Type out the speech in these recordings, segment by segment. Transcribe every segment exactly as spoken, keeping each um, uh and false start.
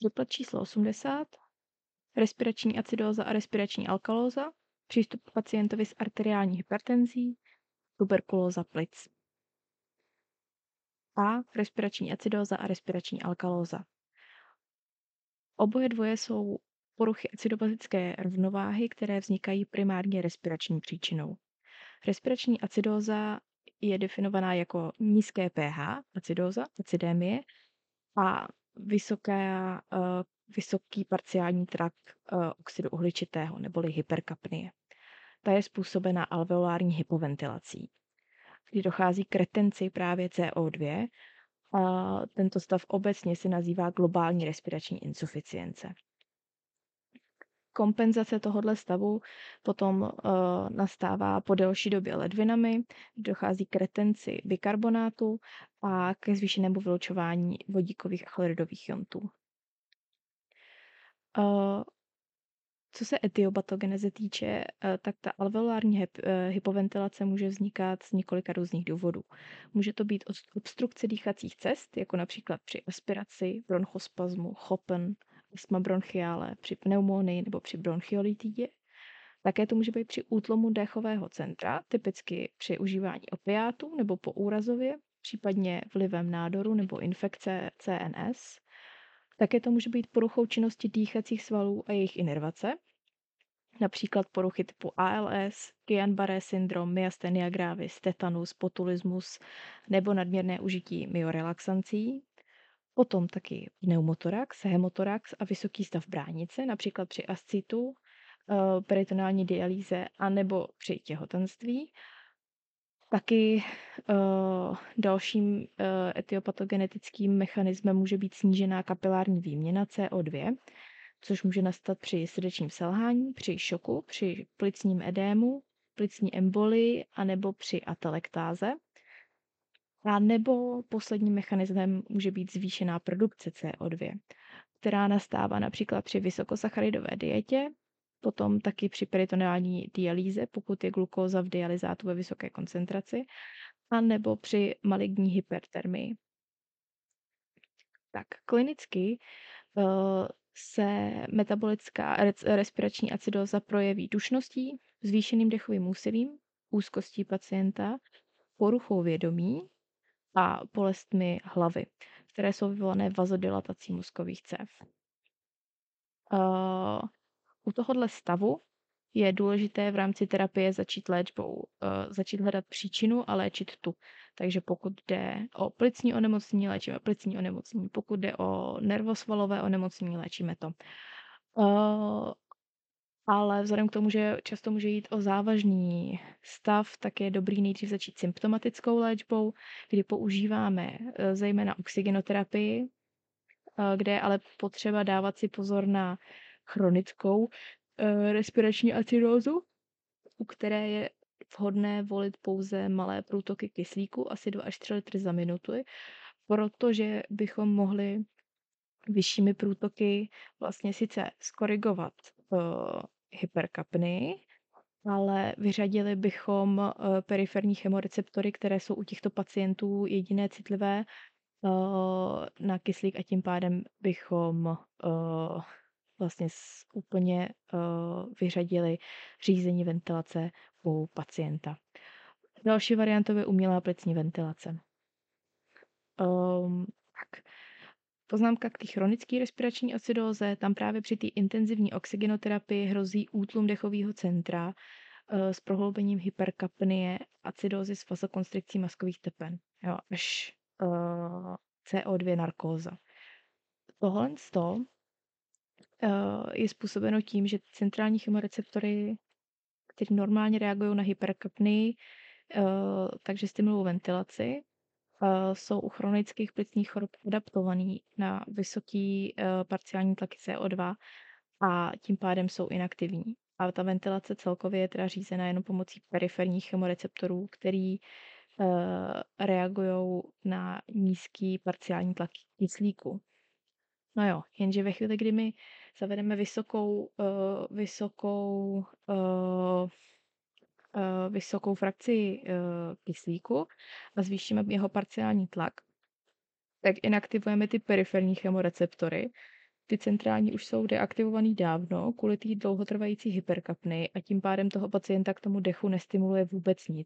Doklad číslo osmdesát. Respirační acidóza a respirační alkalóza. Přístup k pacientovi s arteriální hypertenzí. Tuberkulóza plic. A. Respirační acidóza a respirační alkalóza. Oboje dvoje jsou poruchy acidobatické rovnováhy, které vznikají primárně respirační příčinou. Respirační acidóza je definovaná jako nízké pH, acidóza, acidémie, a vysoká, uh, vysoký parciální trakt uh, oxidu uhličitého, neboli hyperkapnie. Ta je způsobena alveolární hypoventilací, kdy dochází k retenci právě C O dva. A tento stav obecně se nazývá globální respirační insuficience. Kompenzace tohoto stavu potom uh, nastává po delší době ledvinami, dochází k retenci bikarbonátu a ke zvýšenému vylučování vodíkových a chloridových iontů. Uh, co se etiopatogeneze týče, uh, tak ta alveolární hyp, uh, hypoventilace může vznikat z několika různých důvodů. Může to být obstrukce dýchacích cest, jako například při aspiraci, bronchospazmu, chopen, astma bronchiale, při pneumonii nebo při bronchiolitidě. Také to může být při útlomu dechového centra, typicky při užívání opiátů nebo po úrazově, případně vlivem nádoru nebo infekce C N S. Také to může být poruchou činnosti dýchacích svalů a jejich inervace, například poruchy typu A L S, Guillain-Barré syndrom, myastenia gravis, tetanus, botulismus nebo nadměrné užití myorelaxancí. Potom taky pneumotorax, hemotorax a vysoký stav bránice, například při ascitu, peritonální dialýze a nebo při těhotenství. Taky uh, dalším uh, etiopatogenetickým mechanismem může být snížená kapilární výměna C O dva, což může nastat při srdečním selhání, při šoku, při plicním edému, plicní embolii a nebo při atelektáze. A nebo posledním mechanismem může být zvýšená produkce C O dva, která nastává například při vysokosacharidové dietě, potom taky při peritoneální dialýze, pokud je glukóza v dialyzátu ve vysoké koncentraci, a nebo při maligní hypertermii. Tak klinicky uh, se metabolická respirační acidóza projeví dušností, zvýšeným dechovým úsilím, úzkostí pacienta, poruchou vědomí a bolestmi hlavy, které jsou vyvolané vazodilatací mozkových cév. Uh, u tohohle stavu je důležité v rámci terapie začít léčbou, uh, začít hledat příčinu a léčit tu. Takže pokud jde o plicní onemocnění, léčíme plicní onemocnění. Pokud jde o nervosvalové onemocnění, léčíme to. Uh, ale vzhledem k tomu, že často může jít o závažný stav, tak je dobrý nejdřív začít symptomatickou léčbou, kdy používáme uh, zejména oxygenoterapii, uh, kde je ale potřeba dávat si pozor na chronickou respirační acidózu, u které je vhodné volit pouze malé průtoky kyslíku, asi dva až tři litry za minutu, protože bychom mohli vyššími průtoky vlastně sice skorigovat uh, hyperkapnii, ale vyřadili bychom uh, periferní chemoreceptory, které jsou u těchto pacientů jediné citlivé uh, na kyslík, a tím pádem bychom uh, vlastně úplně uh, vyřadili řízení ventilace u pacienta. Další variantou je umělá plicní ventilace. Um, tak. Poznámka k té chronické respirační acidóze, tam právě při té intenzivní oxygenoterapii hrozí útlum dechového centra uh, s prohloubením hyperkapnie, acidózy s vasokonstrikcí mozkových tepen, jo, až uh, C O dva narkóza. Tohle je způsobeno tím, že centrální chemoreceptory, které normálně reagují na hyperkapnii, takže stimulují ventilaci, jsou u chronických plicních chorob adaptovaný na vysoký parciální tlaky C O dva a tím pádem jsou inaktivní. A ta ventilace celkově je teda řízená jenom pomocí periferních chemoreceptorů, který reagují na nízký parciální tlak kyslíku. No jo, jenže ve chvíli, kdy my zavedeme vysokou, uh, vysokou, uh, uh, vysokou frakci uh, kyslíku a zvýšíme jeho parciální tlak, tak inaktivujeme ty periferní chemoreceptory Ty centrální už jsou deaktivovaný dávno kvůli té dlouhotrvající hyperkapnii a tím pádem toho pacienta k tomu dechu nestimuluje vůbec nic.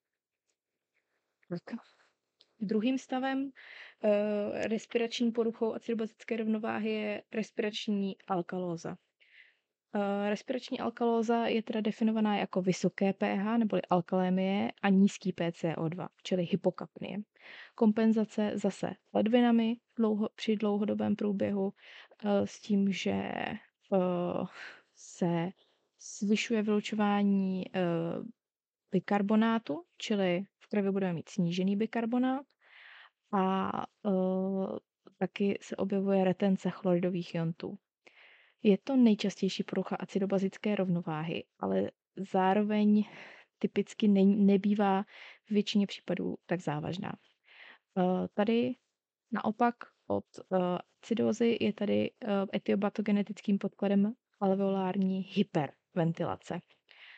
Tak. Druhým stavem e, respirační poruchou acidobazické rovnováhy je respirační alkalóza. E, respirační alkalóza je teda definovaná jako vysoké pH neboli alkalémie a nízký P C O dva, čili hypokapnie. Kompenzace zase ledvinami dlouho, při dlouhodobém průběhu e, s tím, že e, se zvyšuje vylučování e, bikarbonátu, čili v krvi budeme mít snížený bikarbonát a e, taky se objevuje retence chloridových iontů. Je to nejčastější porucha acidobazické rovnováhy, ale zároveň typicky ne, nebývá v většině případů tak závažná. E, tady naopak od e, acidózy je tady e, etiopatogenetickým podkladem alveolární hyperventilace. E,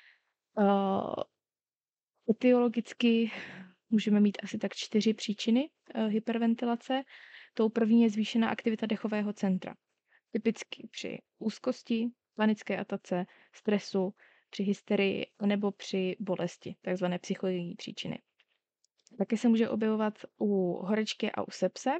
etiologicky můžeme mít asi tak čtyři příčiny e, hyperventilace. Tou první je zvýšená aktivita dechového centra. Typicky při úzkosti, panické atace, stresu, při hysterii nebo při bolesti, takzvané psychogenní příčiny. Taky se může objevovat u horečky a u sepse,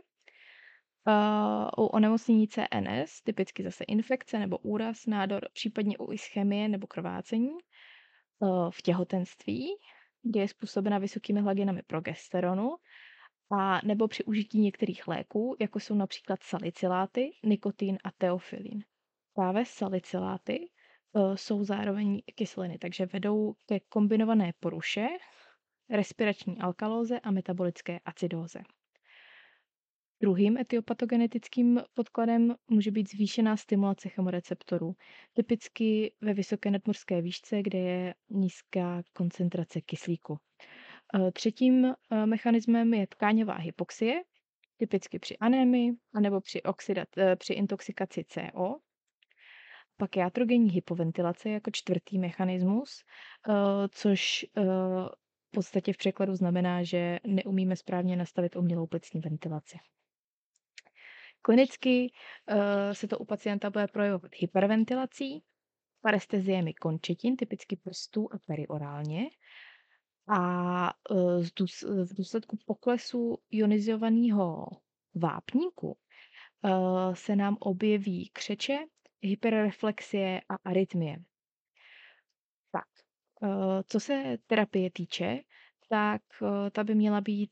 u onemocnění C N S, typicky zase infekce nebo úraz, nádor, případně u ischemie nebo krvácení, v těhotenství, kdy je způsobena vysokými hladinami progesteronu, a nebo při užití některých léků, jako jsou například salicyláty, nikotin a teofilin. Právě salicyláty uh, jsou zároveň kyseliny, takže vedou ke kombinované poruše, respirační alkalóze a metabolické acidóze. Druhým etiopatogenetickým podkladem může být zvýšená stimulace chemoreceptorů, typicky ve vysoké nadmořské výšce, kde je nízká koncentrace kyslíku. Třetím mechanismem je tkáňová hypoxie, typicky při anémii anebo při, oxidat- při intoxikaci C O. Pak játrogenní hypoventilace jako čtvrtý mechanismus, což v podstatě v překladu znamená, že neumíme správně nastavit umělou plicní ventilaci. Klinicky se to u pacienta bude projevovat hyperventilací, paresteziemi končetin, typicky prstů a periorálně, a v důsledku poklesu ionizovaného vápníku se nám objeví křeče, hyperreflexie a arytmie. Tak, co se terapie týče, tak ta by měla být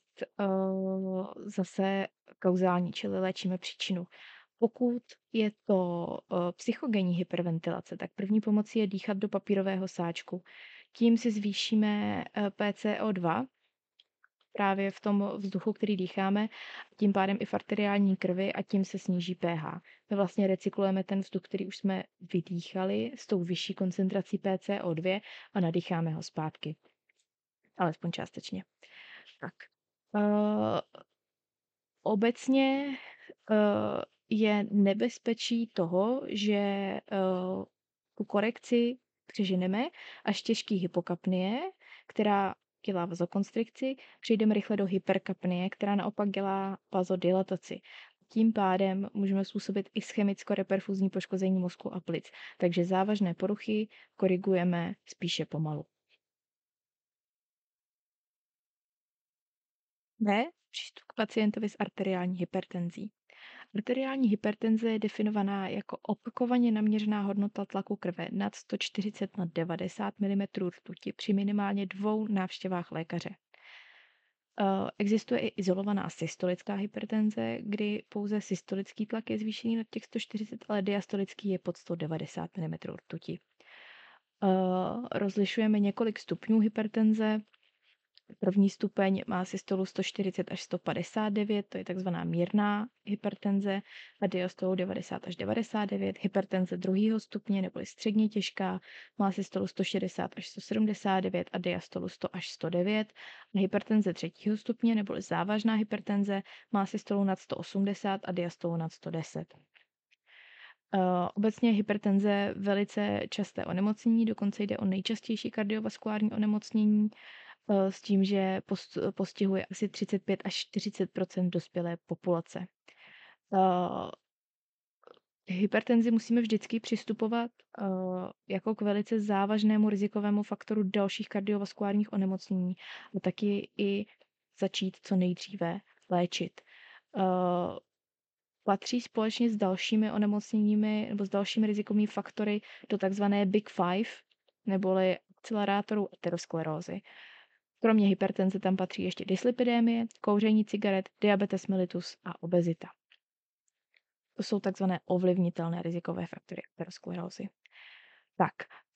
zase kauzální, čili léčíme příčinu. Pokud je to psychogenní hyperventilace, tak první pomocí je dýchat do papírového sáčku. Tím si zvýšíme P C O dva právě v tom vzduchu, který dýcháme, tím pádem i v arteriální krvi a tím se sníží pH. My vlastně recyklujeme ten vzduch, který už jsme vydýchali s tou vyšší koncentrací P C O dva a nadýcháme ho zpátky. Alespoň částečně. Tak. Uh, obecně uh, je nebezpečí toho, že uh, tu korekci přeženeme až těžký hypokapnie, která dělá vazokonstrikci, přejdeme rychle do hyperkapnie, která naopak dělá vazodilataci. Tím pádem můžeme způsobit ischemicko-reperfuzní poškození mozku a plic. Takže závažné poruchy korigujeme spíše pomalu. B. Přístup k pacientovi s arteriální hypertenzí. Arteriální hypertenze je definovaná jako opakovaně naměřená hodnota tlaku krve nad sto čtyřicet na devadesát milimetrů rtuti při minimálně dvou návštěvách lékaře. Existuje i izolovaná systolická hypertenze, kdy pouze systolický tlak je zvýšený nad těch sto čtyřicet, ale diastolický je pod sto devadesát milimetrů rtuti. Rozlišujeme několik stupňů hypertenze. První stupeň má systolu sto čtyřicet až sto padesát devět, to je takzvaná mírná hypertenze, a diastolu devadesát až devadesát devět. Hypertenze druhého stupně neboli středně těžká má systolu sto šedesát až sto sedmdesát devět a diastolu sto až sto devět. A hypertenze třetího stupně neboli závažná hypertenze má systolu nad sto osmdesát a diastolu nad sto deset. Uh, obecně hypertenze velice časté onemocnění, dokonce jde o nejčastější kardiovaskulární onemocnění, s tím, že postihuje asi třicet pět až čtyřicet dospělé populace. K hypertenzi musíme vždycky přistupovat uh, jako k velice závažnému rizikovému faktoru dalších kardiovaskulárních onemocnění a taky i začít co nejdříve léčit. Uh, patří společně s dalšími onemocněními nebo s dalšími rizikovými faktory do takzvané Big Five, neboli akcelerátorů aterosklerózy. Kromě hypertenze tam patří ještě dyslipidémie, kouření cigaret, diabetes mellitus a obezita. To jsou takzvané ovlivnitelné rizikové faktory aterosklerózy. Tak,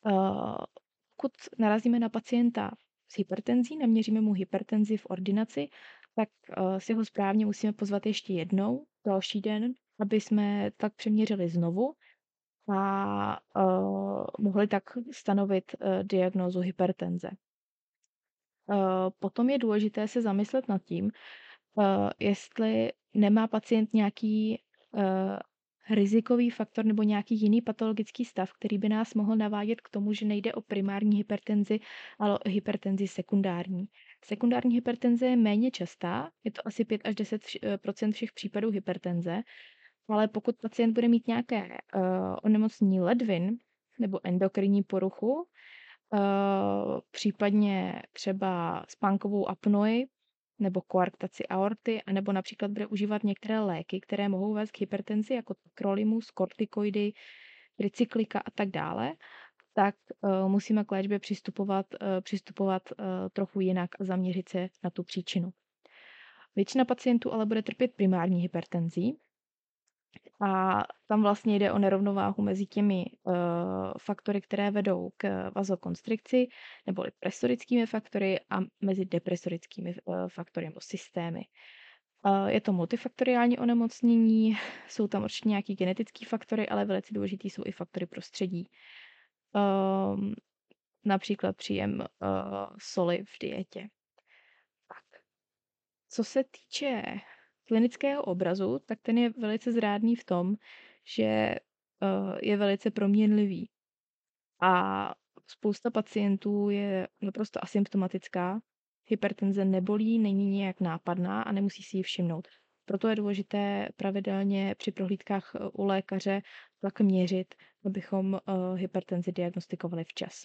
pokud narazíme na pacienta s hypertenzí, naměříme mu hypertenzi v ordinaci, tak si ho správně musíme pozvat ještě jednou, další den, aby jsme tak přeměřili znovu a mohli tak stanovit diagnózu hypertenze. Potom je důležité se zamyslet nad tím, jestli nemá pacient nějaký rizikový faktor nebo nějaký jiný patologický stav, který by nás mohl navádět k tomu, že nejde o primární hypertenzi, ale o hypertenzi sekundární. Sekundární hypertenze je méně častá, je to asi pět až deset procent všech případů hypertenze, ale pokud pacient bude mít nějaké uh, onemocnění ledvin nebo endokrinní poruchu, uh, případně třeba spánkovou apnoe, nebo koarktaci aorty, anebo například bude užívat některé léky, které mohou vést k hypertenzi, jako tacrolimus, kortikoidy, tricyklika a tak dále, tak uh, musíme k léčbě přistupovat, uh, přistupovat uh, trochu jinak a zaměřit se na tu příčinu. Většina pacientů ale bude trpět primární hypertenzí a tam vlastně jde o nerovnováhu mezi těmi uh, faktory, které vedou k vazokonstrikci nebo presorickými faktory a mezi depresorickými uh, faktory nebo systémy. Uh, je to multifaktoriální onemocnění, jsou tam určitě nějaké genetické faktory, ale velice důležitý jsou i faktory prostředí. Um, například příjem uh, soli v dietě. Tak. Co se týče klinického obrazu, tak ten je velice zrádný v tom, že uh, je velice proměnlivý. A spousta pacientů je naprosto asymptomatická. Hypertenze nebolí, není nějak nápadná a nemusí si ji všimnout. Proto je důležité pravidelně při prohlídkách u lékaře tlak měřit, abychom uh, hypertenzi diagnostikovali včas.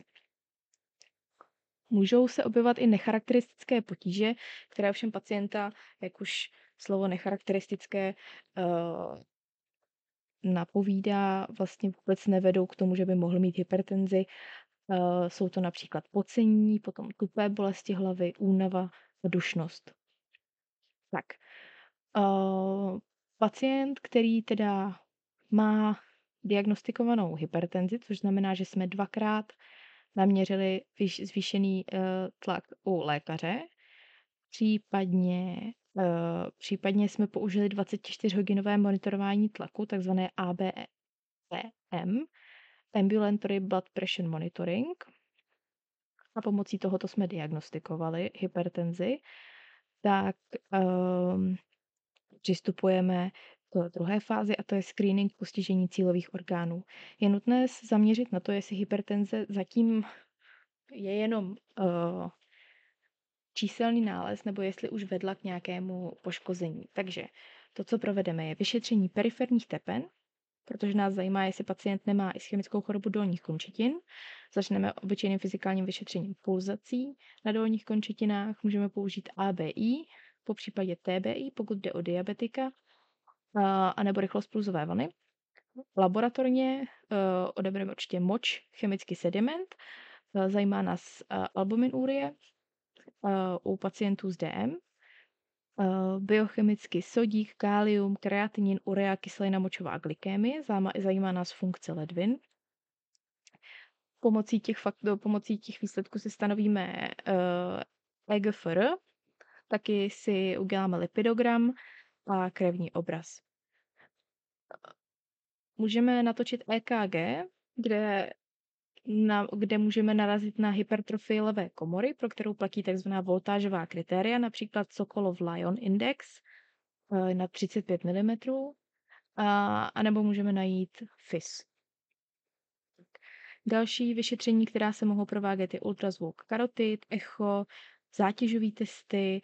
Můžou se objevovat i necharakteristické potíže, které ovšem pacienta, jak už slovo necharakteristické uh, napovídá, vlastně vůbec nevedou k tomu, že by mohl mít hypertenzi. Uh, jsou to například pocení, potom tupé bolesti hlavy, únava a dušnost. Tak, uh, pacient, který teda má diagnostikovanou hypertenzi, což znamená, že jsme dvakrát naměřili zvýšený uh, tlak u lékaře, případně, uh, případně jsme použili dvacetičtyřhodinové monitorování tlaku, takzvané A B M, Ambulatory Blood Pressure Monitoring. A pomocí tohoto jsme diagnostikovali hypertenzi. Tak um, přistupujeme k druhé fázi a to je screening postižení cílových orgánů. Je nutné se zaměřit na to, jestli hypertenze zatím je jenom uh, číselný nález, nebo jestli už vedla k nějakému poškození. Takže to, co provedeme, je vyšetření periferních tepen, protože nás zajímá, jestli pacient nemá ischemickou chorobu dolních končetin. Začneme obyčejným fyzikálním vyšetřením pulzací na dolních končetinách. Můžeme použít A B I, po případě T B I, pokud jde o diabetika, anebo rychlost pulzové vany. Laboratorně uh, odebereme určitě moč, chemický sediment. Uh, zajímá nás uh, albuminurie uh, u pacientů s D M. Uh, biochemicky sodík, kálium, kreatinin, urea, kyselina močová a glykémie. Zajímá, zajímá nás funkce ledvin. Pomocí těch, fakt, pomocí těch výsledků si stanovíme uh, E G F R, taky si uděláme lipidogram a krevní obraz. Můžeme natočit E K G, kde, na, kde můžeme narazit na hypertrofii levé komory, pro kterou platí tzv. Voltážová kritéria, například Sokolov-Lyon index na třicet pět milimetrů, a, anebo můžeme najít F I S. Další vyšetření, která se mohou provádět, je ultrazvuk karotid, echo, zátěžové testy,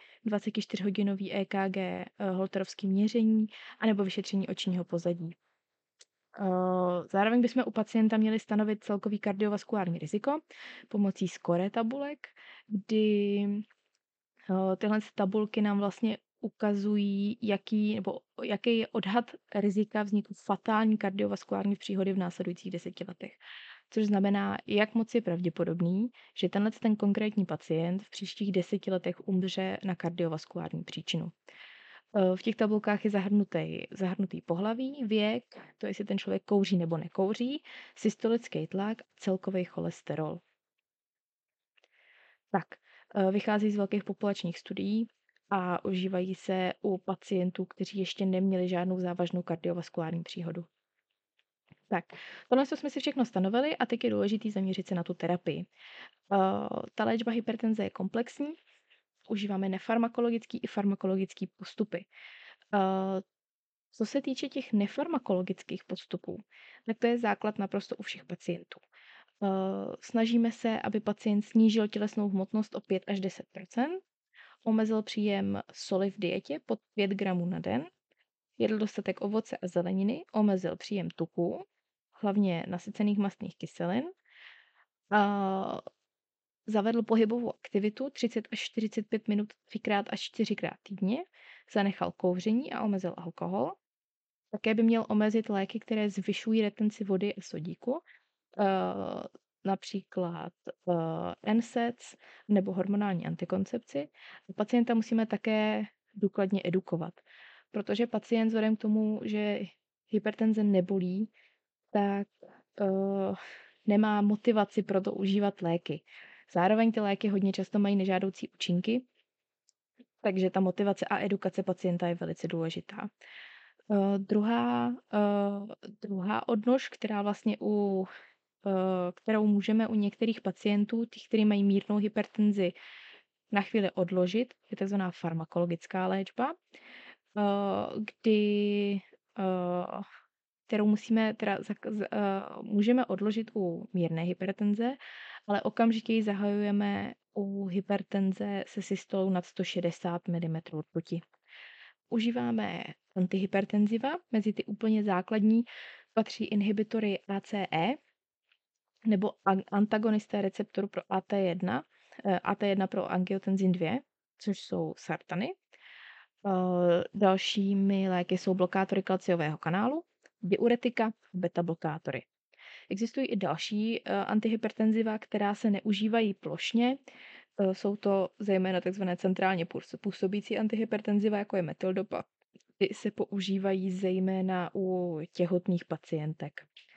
dvacetičtyřhodinový E K G, holterovské měření, anebo vyšetření očního pozadí. Uh, zároveň bychom u pacienta měli stanovit celkový kardiovaskulární riziko pomocí skóre tabulek, kdy uh, tyhle tabulky nám vlastně ukazují, jaký, nebo jaký je odhad rizika vzniku fatální kardiovaskulární příhody v následujících deseti letech. Což znamená, jak moc je pravděpodobný, že tenhle ten konkrétní pacient v příštích deseti letech umře na kardiovaskulární příčinu. Eh, V těch tabulkách je zahrnutý, zahrnutý pohlaví, věk, to jestli ten člověk kouří nebo nekouří, systolický tlak a celkový cholesterol. Tak, eh, vychází z velkých populačních studií a užívají se u pacientů, kteří ještě neměli žádnou závažnou kardiovaskulární příhodu. Tak, tohle jsme si všechno stanovili a teď je důležité zaměřit se na tu terapii. Uh, ta léčba hypertenze je komplexní, užíváme nefarmakologický i farmakologický postupy. Uh, co se týče těch nefarmakologických postupů, tak to je základ naprosto u všech pacientů. Uh, snažíme se, aby pacient snížil tělesnou hmotnost o pět až deset omezil příjem soli v dietě pod pět gramů na den, jedl dostatek ovoce a zeleniny, omezil příjem tuků, hlavně nasycených mastných kyselin, uh, zavedl pohybovou aktivitu třicet až čtyřicet pět minut třikrát až čtyřikrát týdně, zanechal kouření a omezil alkohol. Také by měl omezit léky, které zvyšují retenci vody a sodíku, uh, například uh, N SAIDs nebo hormonální antikoncepci. Pacienta musíme také důkladně edukovat, protože pacient vzhledem k tomu, že hypertenze nebolí, tak uh, nemá motivaci pro to užívat léky. Zároveň ty léky hodně často mají nežádoucí účinky, takže ta motivace a edukace pacienta je velice důležitá. Uh, druhá, uh, druhá odnož, která vlastně u, uh, kterou můžeme u některých pacientů, těch, kteří mají mírnou hypertenzi, na chvíli odložit, je takzvaná farmakologická léčba, uh, kdy uh, kterou musíme teda, uh, můžeme odložit u mírné hypertenze, ale okamžitě ji zahajujeme u hypertenze se systolou nad sto šedesát milimetrů rtuti. Užíváme antihypertenziva, mezi ty úplně základní patří inhibitory A C E nebo antagonisté receptoru pro A T jedna, A T jedna pro angiotenzin dva, což jsou sartany. Dalšími léky jsou blokátory kalciového kanálu, diuretika, beta blokátory. Existují i další antihypertenziva, která se neužívají plošně. Jsou to zejména tzv. Centrálně působící antihypertenziva, jako je metyldopa. Ty se používají zejména u těhotných pacientek.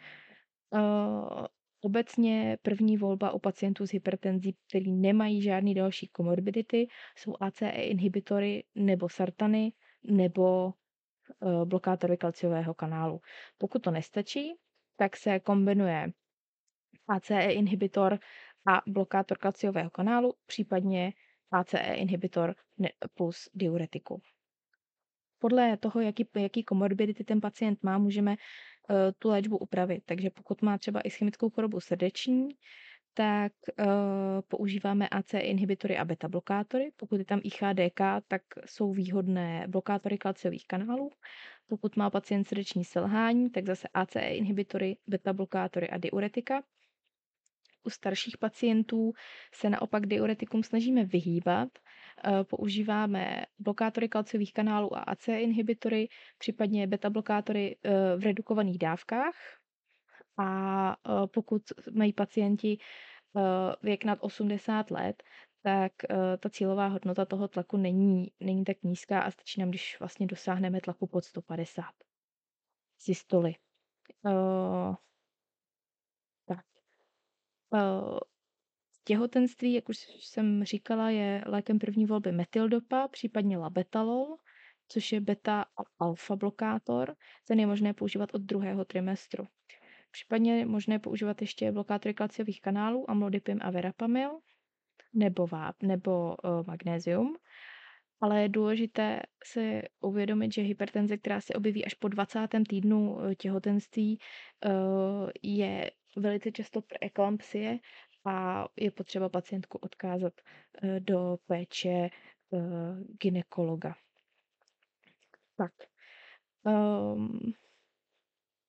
Obecně první volba u pacientů s hypertenzí, který nemají žádný další komorbidity, jsou A C E inhibitory nebo sartany nebo blokátory kalciového kanálu. Pokud to nestačí, tak se kombinuje A C E inhibitor a blokátor kalciového kanálu, případně A C E inhibitor plus diuretiku. Podle toho, jaký, jaký komorbidity ten pacient má, můžeme uh, tu léčbu upravit. Takže pokud má třeba ischemickou chorobu srdeční, tak uh, používáme A C E inhibitory a beta blokátory. Pokud je tam I H D K, tak jsou výhodné blokátory kalciových kanálů. Pokud má pacient srdeční selhání, tak zase A C E inhibitory, beta blokátory a diuretika. U starších pacientů se naopak diuretikum snažíme vyhýbat. Používáme blokátory kalciových kanálů a A C E inhibitory, případně beta blokátory v redukovaných dávkách. A pokud mají pacienti věk nad osmdesát let, tak ta cílová hodnota toho tlaku není, není tak nízká a stačí nám, když vlastně dosáhneme tlaku pod sto padesát systoly. Uh, tak. Uh, Těhotenství, jak už jsem říkala, je lékem první volby metyldopa, případně labetalol, což je beta a alfa blokátor. Ten je možné používat od druhého trimestru. Případně je možné používat ještě blokátory kalciových kanálů, amlodipin a verapamil, nebo váp, nebo uh, magnézium. Ale je důležité se uvědomit, že hypertenze, která se objeví až po dvacátém týdnu těhotenství, uh, je velice často preeklampsie a je potřeba pacientku odkázat uh, do péče uh, gynekologa. Tak. Um,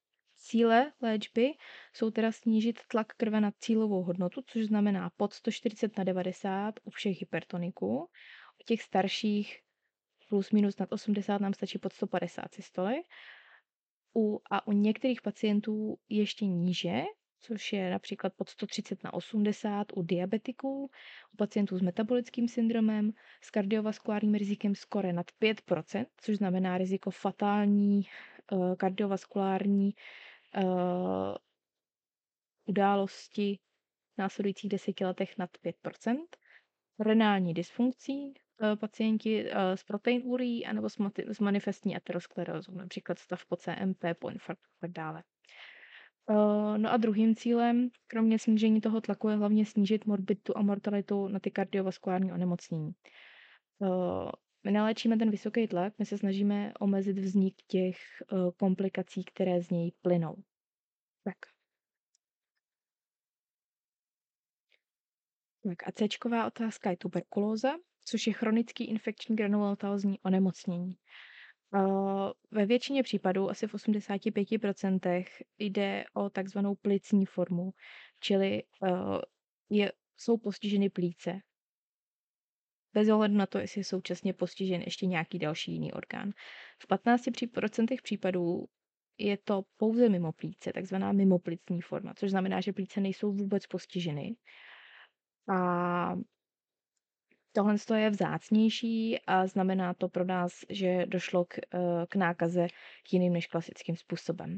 Cíle léčby jsou teda snížit tlak krve na cílovou hodnotu, což znamená pod sto čtyřicet na devadesát u všech hypertoniků. U těch starších plus minus nad osmdesát nám stačí pod sto padesát systoly. U, a u některých pacientů ještě níže, což je například pod sto třicet na osmdesát u diabetiků, u pacientů s metabolickým syndromem, s kardiovaskulárním rizikem skoro nad pět procent, což znamená riziko fatální uh, kardiovaskulární uh, události v následujících deseti letech nad pět procent. Renální dysfunkcí uh, pacienti uh, s proteinurií anebo s, mati- s manifestní aterosklerózou, například stav po C M P, po infarktu a tak dále. Uh, no a druhým cílem, kromě snížení toho tlaku, je hlavně snížit morbiditu a mortalitu na ty kardiovaskulární onemocnění. Uh, my neléčíme ten vysoký tlak, my se snažíme omezit vznik těch uh, komplikací, které z něj plynou. Tak. Tak a céčková otázka je tuberkulóza, což je chronický infekční granulomatózní onemocnění. Uh, ve většině případů, asi v osmdesáti pěti procentech, jde o takzvanou plicní formu, čili uh, je, jsou postiženy plíce. Bez ohledu na to, jestli je současně postižen ještě nějaký další jiný orgán. V patnácti procentech případů je to pouze mimo plíce, takzvaná mimoplicní forma, což znamená, že plíce nejsou vůbec postiženy. A tohle je vzácnější a znamená to pro nás, že došlo k, eh, k nákaze jiným než klasickým způsobem.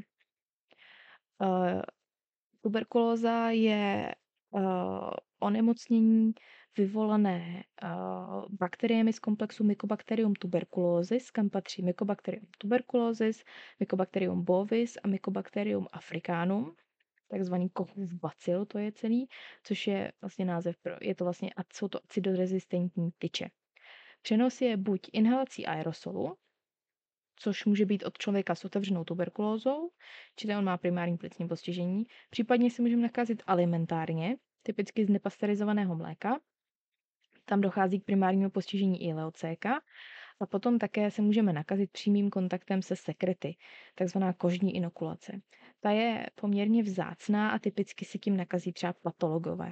Uh, tuberkulóza je uh, onemocnění vyvolané uh, bakteriemi z komplexu Mycobacterium tuberculosis, kam patří Mycobacterium tuberculosis, Mycobacterium bovis a Mycobacterium africanum, takzvaný Kochův bacil, to je celý, což je vlastně název pro, je to vlastně, jsou to acidorezistentní tyče. Přenos je buď inhalací aerosolu, což může být od člověka s otevřenou tuberkulózou, čili on má primární plicní postižení. Případně si můžeme nakazit alimentárně, typicky z nepasterizovaného mléka. Tam dochází k primárnímu postižení i leocéka. A potom také se můžeme nakazit přímým kontaktem se sekrety, takzvaná kožní inokulace. Ta je poměrně vzácná a typicky se tím nakazí třeba patologové.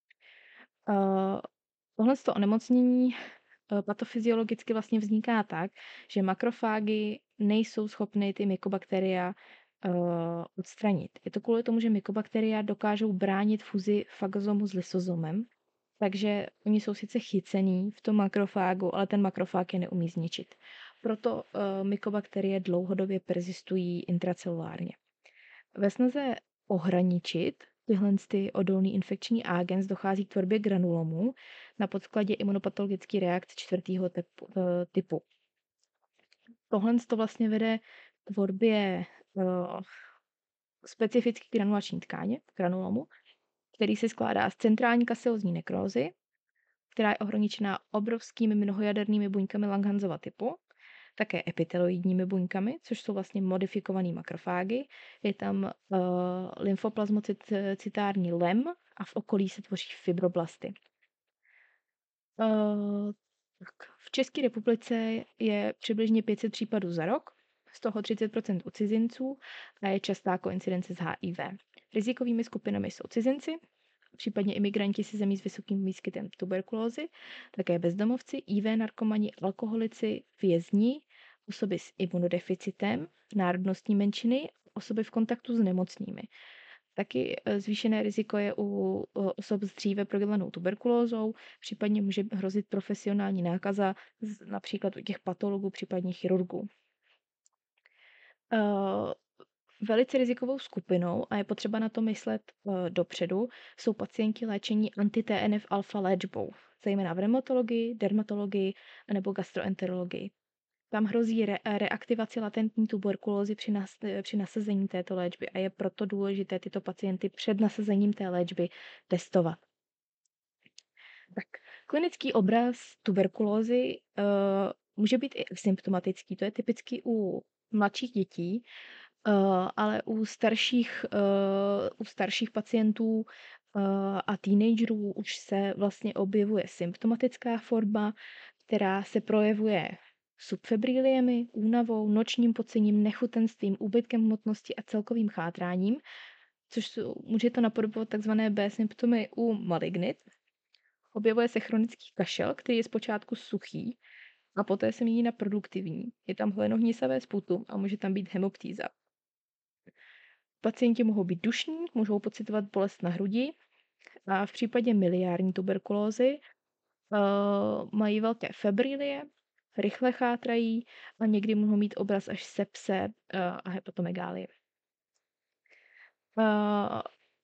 Uh, tohle onemocnění patofyziologicky vlastně vzniká tak, že makrofágy nejsou schopny ty mykobakteria uh, odstranit. Je to kvůli tomu, že mykobakteria dokážou bránit fuzi fagozomu s lysozomem, takže oni jsou sice chycený v tom makrofágu, ale ten makrofág je neumí zničit. Proto uh, mykobakterie dlouhodobě persistují intracelulárně. Ve snaze ohraničit tyhle ty odolný infekční agens dochází k tvorbě granulomů na podkladě imunopatologické reakce čtvrtého typu. Tohle to vlastně vede k tvorbě uh, specifické granulační tkáně, granulomu, který se skládá z centrální kaseózní nekrózy, která je ohraničená obrovskými mnohojadernými buňkami Langhans typu, také epiteloidními buňkami, což jsou vlastně modifikované makrofágy. Je tam uh, lymfoplazmocitární lem a v okolí se tvoří fibroblasty. Uh, tak. V České republice je přibližně pět set případů za rok, z toho třicet procent u cizinců a je častá koincidence s H I V. Rizikovými skupinami jsou cizinci, případně imigranti se zemí s vysokým výskytem tuberkulózy, také bezdomovci, I V narkomani, alkoholici, vězni, osoby s imunodeficitem, národnostní menšiny, osoby v kontaktu s nemocnými. Taky zvýšené riziko je u osob s dříve prodělanou tuberkulózou, případně může hrozit profesionální nákaza, například u těch patologů, případně chirurgů. Velice rizikovou skupinou, a je potřeba na to myslet uh, dopředu, jsou pacienti léčení anti-T N F alfa léčbou, zejména v reumatologii, dermatologii nebo gastroenterologii. Tam hrozí re- reaktivace latentní tuberkulózy při, nas- při nasazení této léčby a je proto důležité tyto pacienty před nasazením té léčby testovat. Tak, klinický obraz tuberkulózy uh, může být i symptomatický, to je typicky u mladších dětí, Uh, ale u starších, uh, u starších pacientů uh, a teenagerů už se vlastně objevuje symptomatická forma, která se projevuje subfebriliemi, únavou, nočním pocením, nechutenstvím, úbytkem hmotnosti a celkovým chátráním, což jsou, může to napodobovat takzvané B symptomy u malignit. Objevuje se chronický kašel, který je zpočátku suchý a poté se mění na produktivní. Je tam hlenohnisavé sputum a může tam být hemoptýza. Pacienti mohou být dušní, můžou pocitovat bolest na hrudi a v případě miliární tuberkulózy uh, mají velké febrilie, rychle chátrají a někdy mohou mít obraz až sepse uh, a hepatomegálie. Uh,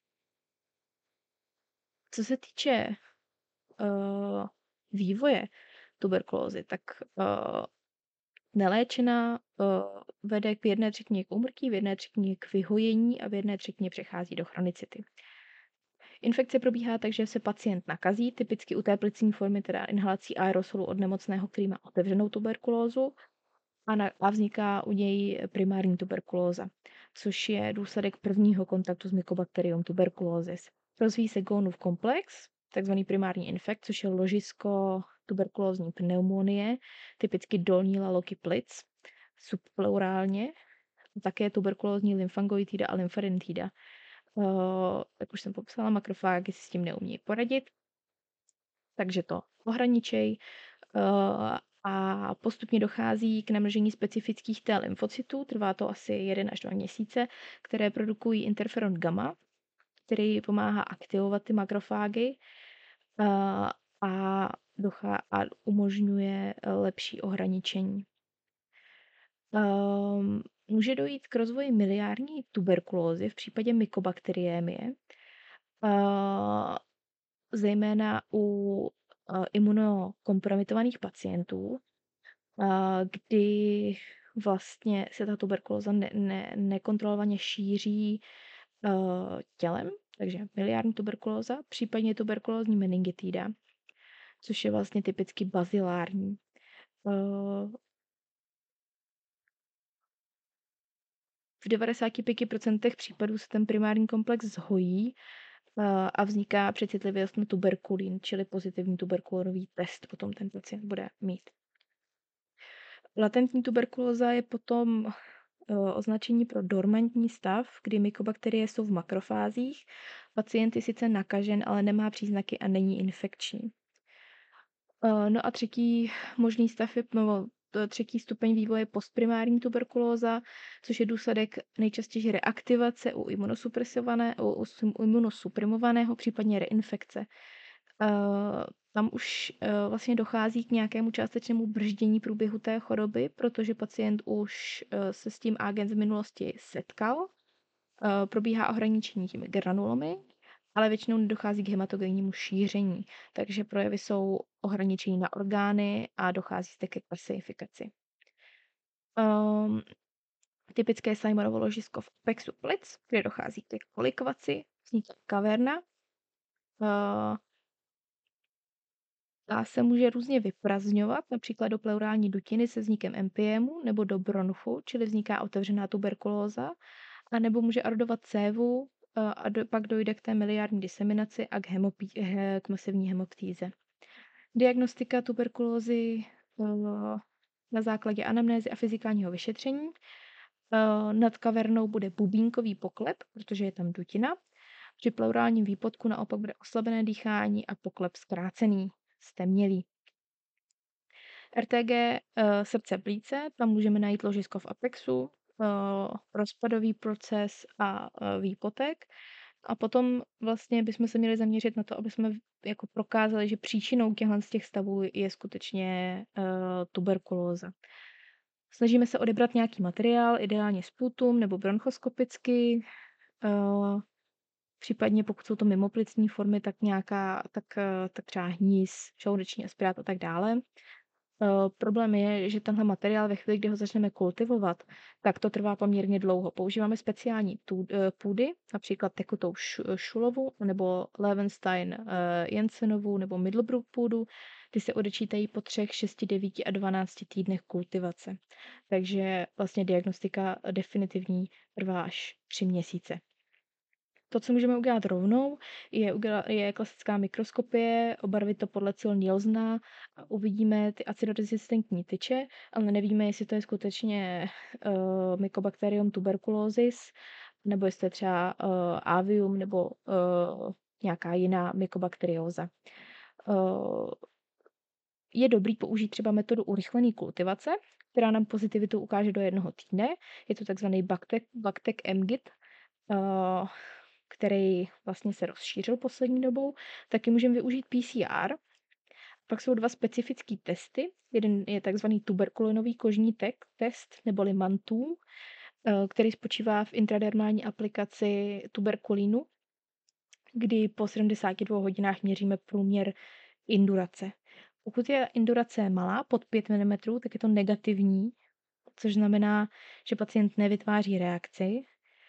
co se týče uh, vývoje tuberkulózy, tak uh, neléčená uh, vede k v jedné třetině k úmrtí, v jedné třetině k vyhojení a v jedné třetině přechází do chronicity. Infekce probíhá tak, že se pacient nakazí, typicky u té plicní formy, teda inhalací aerosolu od nemocného, který má otevřenou tuberkulózu, a, na, a vzniká u něj primární tuberkulóza, což je důsledek prvního kontaktu s Mycobacterium tuberculosis. Rozvíjí se Gónův komplex, takzvaný primární infekt, což je ložisko tuberkulózní pneumonie, typicky dolní laloky plic, subpleurálně, také tuberkulózní lymfangoitida a lymfadentída. Uh, jak už jsem popsala, makrofágy si s tím neumí poradit, takže to ohraničej uh, a postupně dochází k namnožení specifických T lymfocytů, trvá to asi jeden až dva měsíce, které produkují interferon gamma, který pomáhá aktivovat ty makrofágy uh, a, dochá- a umožňuje lepší ohraničení. Um, může dojít k rozvoji miliární tuberkulózy v případě mykobakteriémie, uh, zejména u uh, imunokompromitovaných pacientů, uh, kdy vlastně se ta tuberkulóza ne- ne- nekontrolovaně šíří uh, tělem, takže miliární tuberkulóza, případně tuberkulózní meningitida, což je vlastně typicky bazilární. Uh, v devadesáti pěti procentech případů se ten primární komplex zhojí a vzniká přecitlivěst na tuberkulin, čili pozitivní tuberkulonový test potom ten pacient bude mít. Latentní tuberkulóza je potom označení pro dormantní stav, kdy mykobakterie jsou v makrofázích. Pacient je sice nakažen, ale nemá příznaky a není infekční. No a třetí možný stav je, no, třetí stupeň vývoje postprimární tuberkulóza, což je důsledek nejčastěji reaktivace u imunosupresované, u, u imunosuprimovaného, případně reinfekce. Uh, tam už uh, vlastně dochází k nějakému částečnému brždění průběhu té choroby, protože pacient už uh, se s tím agent z minulosti setkal. Uh, probíhá ohraničení těmi granulomy, ale většinou nedochází k hematogennímu šíření, takže projevy jsou ohraničení na orgány a dochází zde ke klasifikaci. Um, typické je Simonovo ložisko v apexu plic, kde dochází ke kolikovaci, vzniká kaverna, uh, a se může různě vyprazňovat, například do pleurální dutiny se vznikem empiému nebo do bronchu, čili vzniká otevřená tuberkulóza, a nebo může erodovat cévu a do, pak dojde k té miliární diseminaci a k, hemopí, k masivní hemoptýze. Diagnostika tuberkulózy na základě anamnézy a fyzikálního vyšetření. Nad kavernou bude bubínkový poklep, protože je tam dutina. Při pleurálním výpodku naopak bude oslabené dýchání a poklep zkrácený, stemnělý. R T G srdce plíce, tam můžeme najít ložisko v apexu, rozpadový proces a výpotek. A potom vlastně bychom se měli zaměřit na to, aby jsme jako prokázali, že příčinou těchto z těch stavů je skutečně uh, tuberkulóza. Snažíme se odebrat nějaký materiál, ideálně sputum nebo bronchoskopicky. Uh, případně pokud jsou to mimoplicní formy, tak nějaká, tak, uh, tak třeba hníz, žaludeční aspirát a tak dále. Uh, problém je, že tenhle materiál ve chvíli, kdy ho začneme kultivovat, tak to trvá poměrně dlouho. Používáme speciální tů, uh, půdy, například tekutou š, šulovu, nebo Levenstein uh, Jensenovu nebo Middlebrook půdu, ty se odečítají po třech, šesti, devíti a dvanácti týdnech kultivace. Takže vlastně diagnostika definitivní trvá až tři měsíce. To, co můžeme udělat rovnou, je, uděla, je klasická mikroskopie, obarvit to podle cíl Nielsena a uvidíme ty acidorezistentní tyče, ale nevíme, jestli to je skutečně uh, Mycobacterium tuberculosis, nebo jestli to je třeba uh, avium, nebo uh, nějaká jiná mykobakterióza. Uh, je dobrý použít třeba metodu urychlené kultivace, která nám pozitivitu ukáže do jednoho týdne. Je to takzvaný Bactec, Bactec M G I T, uh, který vlastně se rozšířil poslední dobou. Taky můžeme využít P C R. Pak jsou dva specifické testy. Jeden je takzvaný tuberkulinový kožní tek, test, neboli MANTOO, uh, který spočívá v intradermální aplikaci tuberkulínu, kdy po sedmdesáti dvou hodinách měříme průměr indurace. Pokud je indurace malá, pod pět milimetrů, tak je to negativní, což znamená, že pacient nevytváří reakci,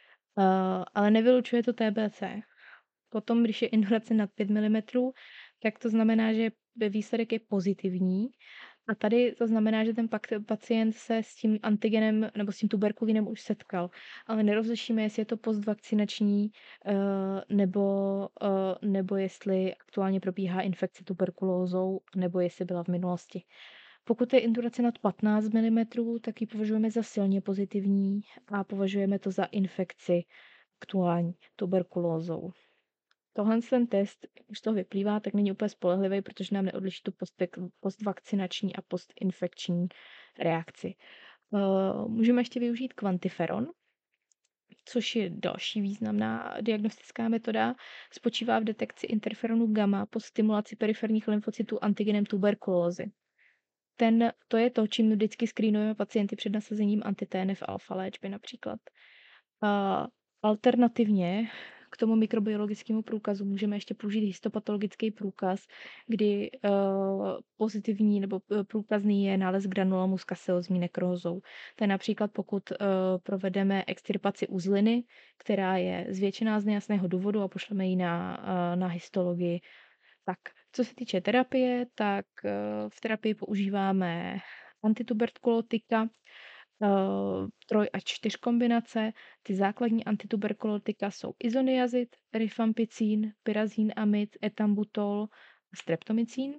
ale nevylučuje to T B C. Potom, když je indurace nad pět milimetrů, tak to znamená, že výsledek je pozitivní. A tady to znamená, že ten pacient se s tím antigenem nebo s tím tuberkulínem už setkal. Ale nerozlišíme, jestli je to postvakcinační nebo, nebo jestli aktuálně probíhá infekce tuberkulózou, nebo jestli byla v minulosti. Pokud je indurace nad patnáct milimetrů, tak ji považujeme za silně pozitivní a považujeme to za infekci aktuální tuberkulózou. Tohle ten test, už to vyplývá, tak není úplně spolehlivý, protože nám neodliší tu postvakcinační a postinfekční reakci. Můžeme ještě využít kvantiferon, což je další významná diagnostická metoda. Spočívá v detekci interferonu gamma po stimulaci periferních lymfocytů antigenem tuberkulózy. Ten, to je to, čím vždycky screenujeme pacienty před nasazením anti-T N F alfa léčby například. A alternativně k tomu mikrobiologickému průkazu můžeme ještě použít histopatologický průkaz, kdy uh, pozitivní nebo průkazný je nález granulomu s kaseozní nekrózou. To je například, pokud uh, provedeme extirpaci uzliny, která je zvětšená z nejasného důvodu a pošleme ji na, uh, na histologii. Tak, co se týče terapie, tak uh, v terapii používáme antituberkulotika, Uh, troj a čtyř kombinace. Ty základní antituberkulotika jsou izoniazid, rifampicin, pyrazínamid, etambutol a streptomycin.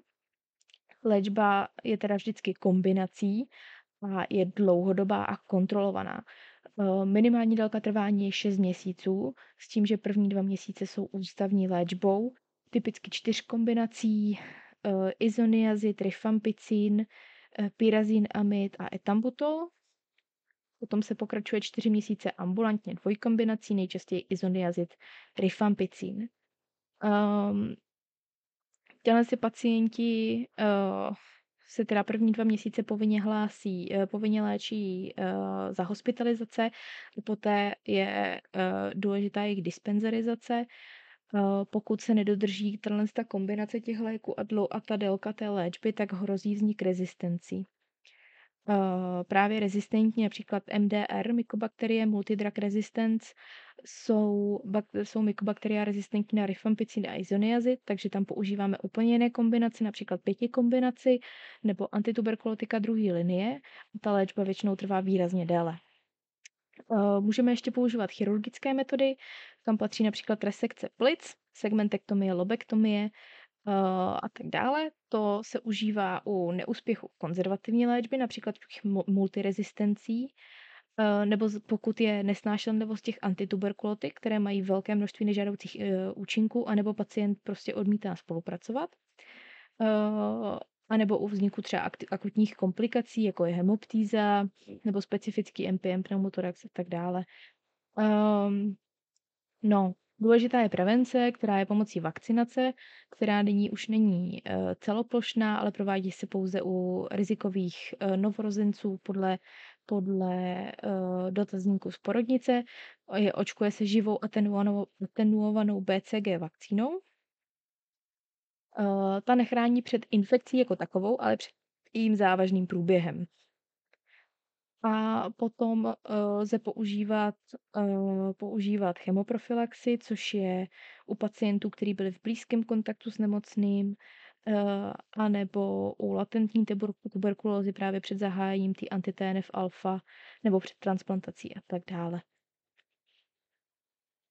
Léčba je teda vždycky kombinací a je dlouhodobá a kontrolovaná. Uh, minimální délka trvání je šest měsíců, s tím, že první dva měsíce jsou ústavní léčbou. Typicky čtyř kombinací uh, izoniazid, rifampicin, uh, pyrazínamid a etambutol. Potom se pokračuje čtyři měsíce ambulantně dvojkombinací, nejčastěji izoniazid, rifampicin. Um, Těhle si pacienti uh, se teda první dva měsíce povinně hlásí, uh, povinně léčí uh, za hospitalizace, poté je uh, důležitá jejich dispenzarizace. Uh, pokud se nedodrží ta kombinace těch léků a, dlou, a ta délka té léčby, tak hrozí vznik rezistencí. Uh, právě rezistentní, například M D R, Mycobacteria multidrug resistance, jsou, bak, jsou Mycobacteria rezistentní na rifampicin a izoniazid, takže tam používáme úplně jiné kombinace, například pěti kombinaci nebo antituberkulotika druhé linie. Ta léčba většinou trvá výrazně déle. Uh, můžeme ještě používat chirurgické metody, tam patří například resekce plic, segmentektomie, lobektomie, Uh, a tak dále. To se užívá u neúspěchu konzervativní léčby, například multirezistencí, uh, nebo pokud je nesnášenlivost těch antituberkulotik, které mají velké množství nežádoucích uh, účinků, anebo pacient prostě odmítá spolupracovat. Uh, a nebo u vzniku třeba akutních komplikací, jako je hemoptýza, nebo specifický M P M pneumotorax a tak dále. Um, no, důležitá je prevence, která je pomocí vakcinace, která nyní už není uh, celoplošná, ale provádí se pouze u rizikových uh, novorozenců podle, podle uh, dotazníku z porodnice. Je, očkuje se živou atenuovanou, atenuovanou B C G vakcínou. Uh, ta nechrání před infekcí jako takovou, ale před jejím závažným průběhem. A potom uh, lze používat, uh, používat chemoprofilaxi, což je u pacientů, kteří byli v blízkém kontaktu s nemocným, uh, anebo u latentní tuberkulózy právě před zahájením té anti-T N F alfa nebo před transplantací a tak dále.